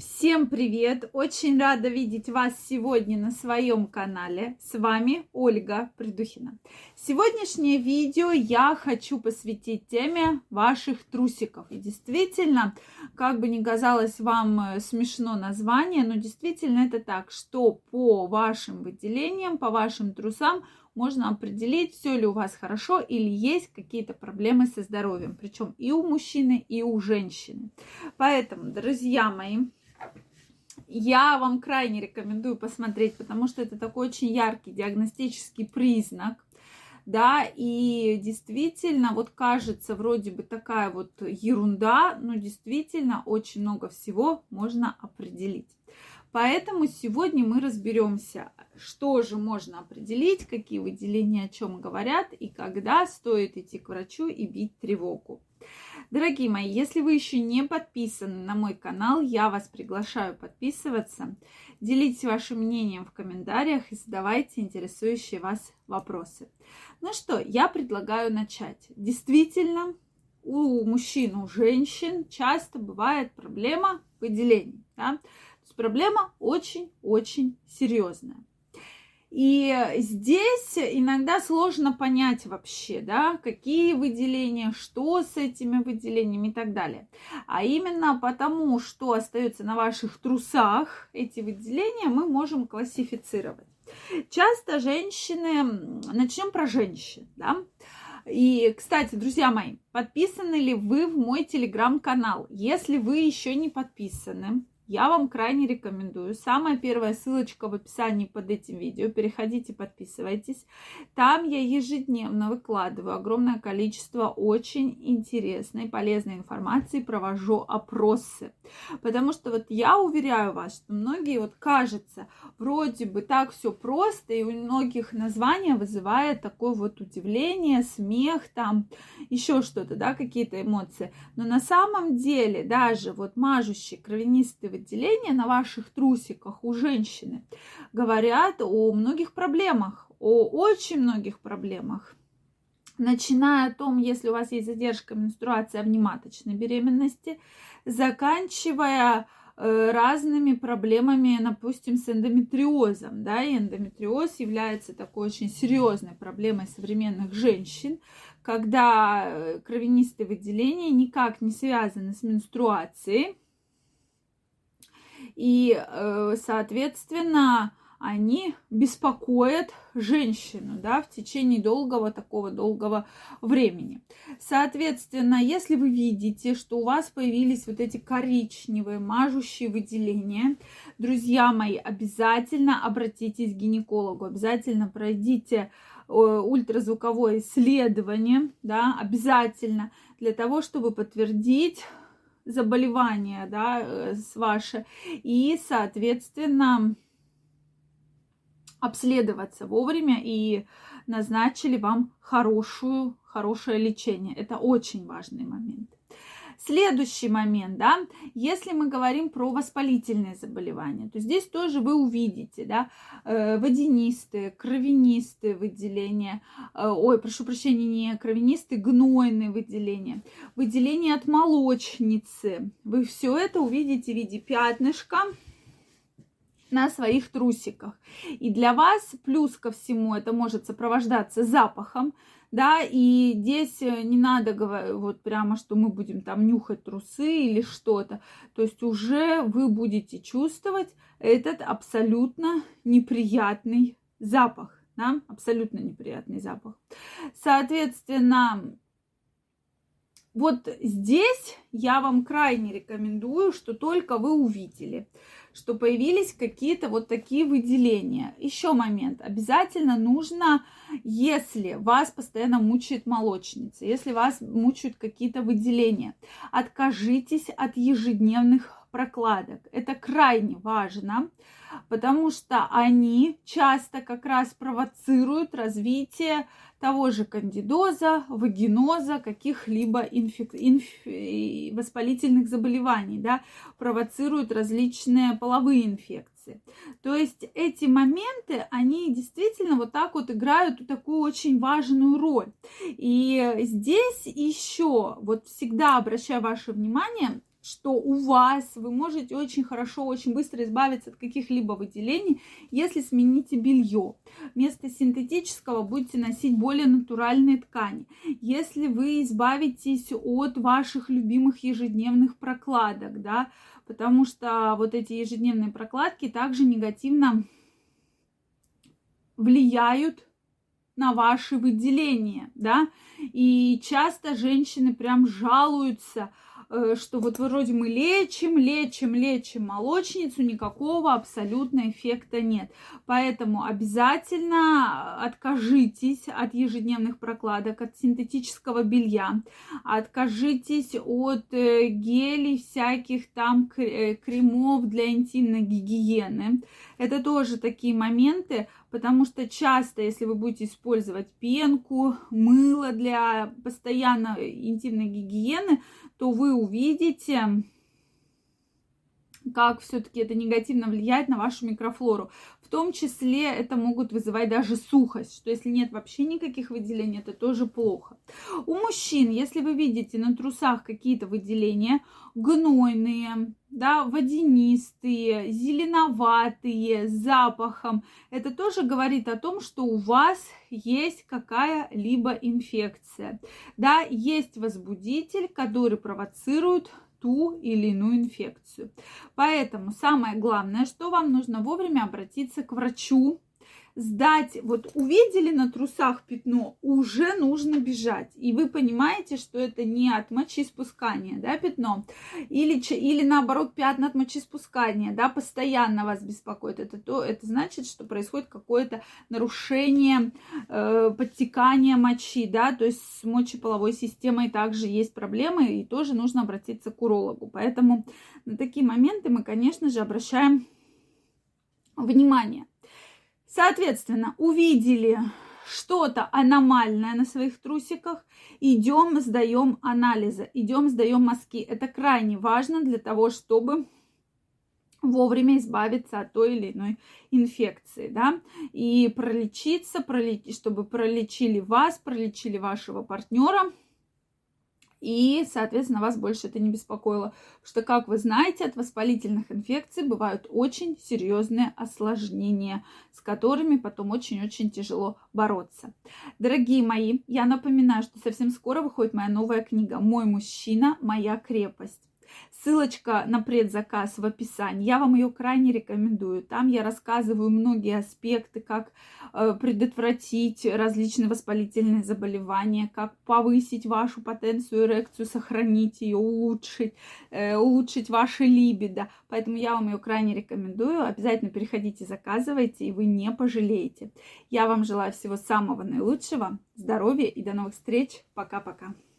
Всем привет! Очень рада видеть вас сегодня на своем канале. С вами Ольга Придухина. Сегодняшнее видео я хочу посвятить теме ваших трусиков. И действительно, как бы ни казалось вам смешно название, но действительно это так, что по вашим выделениям, по вашим трусам можно определить, все ли у вас хорошо или есть какие-то проблемы со здоровьем. Причем и у мужчины, и у женщины. Поэтому, друзья мои, я вам крайне рекомендую посмотреть, потому что это такой очень яркий диагностический признак, да, и действительно, вот кажется, вроде бы такая вот ерунда, но действительно очень много всего можно определить. Поэтому сегодня мы разберемся, что же можно определить, какие выделения о чем говорят и когда стоит идти к врачу и бить тревогу. Дорогие мои, если вы еще не подписаны на мой канал, я вас приглашаю подписываться. Делитесь вашим мнением в комментариях и задавайте интересующие вас вопросы. Ну что, я предлагаю начать. Действительно, у мужчин, у женщин часто бывает проблема выделений. Да? То есть проблема очень-очень серьезная. И здесь иногда сложно понять вообще, да, какие выделения, что с этими выделениями и так далее. А именно потому, что остается на ваших трусах, эти выделения мы можем классифицировать. Часто женщины, начнем про женщин, да. И, кстати, друзья мои, подписаны ли вы в мой телеграм-канал? Если вы еще не подписаны, я вам крайне рекомендую. Самая первая ссылочка в описании под этим видео. Переходите, подписывайтесь. Там я ежедневно выкладываю огромное количество очень интересной, полезной информации, провожу опросы. Потому что вот я уверяю вас, что многие вот кажется, вроде бы так все просто, и у многих название вызывает такое вот удивление, смех, там еще что-то, да, какие-то эмоции. Но на самом деле даже вот мажущие кровянистые выделения на ваших трусиках у женщины говорят о многих проблемах, о очень многих проблемах. Начиная о том, если у вас есть задержка менструации, о внематочной беременности, заканчивая разными проблемами, допустим, с эндометриозом. Да? И эндометриоз является такой очень серьезной проблемой современных женщин, когда кровянистые выделения никак не связаны с менструацией. И, соответственно, они беспокоят женщину, да, в течение долгого времени. Соответственно, если вы видите, что у вас появились вот эти коричневые мажущие выделения, друзья мои, обязательно обратитесь к гинекологу, обязательно пройдите ультразвуковое исследование, да, обязательно, для того, чтобы подтвердить заболевание, да, с ваше, и, соответственно, обследоваться вовремя и назначили вам хорошее лечение. Это очень важный момент. Следующий момент, да, если мы говорим про воспалительные заболевания, то здесь тоже вы увидите, да, водянистые, кровянистые выделения, не кровянистые, гнойные выделения, выделения от молочницы. Вы все это увидите в виде пятнышка на своих трусиках. И для вас плюс ко всему это может сопровождаться запахом, да, и здесь не надо говорить вот прямо, что мы будем там нюхать трусы или что-то. То есть уже вы будете чувствовать этот абсолютно неприятный запах, да, абсолютно неприятный запах. Соответственно, вот здесь я вам крайне рекомендую, что только вы увидели, что появились какие-то вот такие выделения. Еще момент. Обязательно нужно, если вас постоянно мучает молочница, если вас мучают какие-то выделения, откажитесь от ежедневных прокладок. Это крайне важно, потому что они часто как раз провоцируют развитие того же кандидоза, вагиноза, каких-либо воспалительных заболеваний, да, провоцируют различные половые инфекции. То есть эти моменты, они действительно вот так вот играют такую очень важную роль. И здесь еще вот всегда обращаю ваше внимание, что у вас вы можете очень хорошо, очень быстро избавиться от каких-либо выделений, если смените белье. Вместо синтетического будете носить более натуральные ткани. Если вы избавитесь от ваших любимых ежедневных прокладок, да, потому что вот эти ежедневные прокладки также негативно влияют на ваши выделения, да, и часто женщины прям жалуются, что вот вроде мы лечим молочницу, никакого абсолютно эффекта нет. Поэтому обязательно откажитесь от ежедневных прокладок, от синтетического белья, откажитесь от гелей, всяких там кремов для интимной гигиены. Это тоже такие моменты, потому что часто, если вы будете использовать пенку, мыло для постоянной интимной гигиены, то вы увидите, как все-таки это негативно влияет на вашу микрофлору. В том числе это могут вызывать даже сухость, что если нет вообще никаких выделений, это тоже плохо. У мужчин, если вы видите на трусах какие-то выделения, гнойные, да, водянистые, зеленоватые, с запахом, это тоже говорит о том, что у вас есть какая-либо инфекция. Да, есть возбудитель, который провоцирует ту или иную инфекцию. Поэтому самое главное, что вам нужно вовремя обратиться к врачу, сдать, вот увидели на трусах пятно, уже нужно бежать. И вы понимаете, что это не от мочеиспускания, да, пятно, или наоборот пятна от мочеиспускания, да, постоянно вас беспокоит. Это значит, что происходит какое-то нарушение подтекания мочи, да, то есть с мочеполовой системой также есть проблемы, и тоже нужно обратиться к урологу. Поэтому на такие моменты мы, конечно же, обращаем внимание. Соответственно, увидели что-то аномальное на своих трусиках, идем, сдаем анализы, идем, сдаем мазки. Это крайне важно для того, чтобы вовремя избавиться от той или иной инфекции, да, и пролечиться, чтобы пролечили вас, пролечили вашего партнера. И, соответственно, вас больше это не беспокоило. Потому что, как вы знаете, от воспалительных инфекций бывают очень серьезные осложнения, с которыми потом очень-очень тяжело бороться. Дорогие мои, я напоминаю, что совсем скоро выходит моя новая книга «Мой мужчина, моя крепость». Ссылочка на предзаказ в описании. Я вам ее крайне рекомендую. Там я рассказываю многие аспекты, как предотвратить различные воспалительные заболевания, как повысить вашу потенцию, эрекцию, сохранить ее, улучшить ваше либидо. Поэтому я вам ее крайне рекомендую. Обязательно переходите, заказывайте, и вы не пожалеете. Я вам желаю всего самого наилучшего, здоровья и до новых встреч. Пока-пока.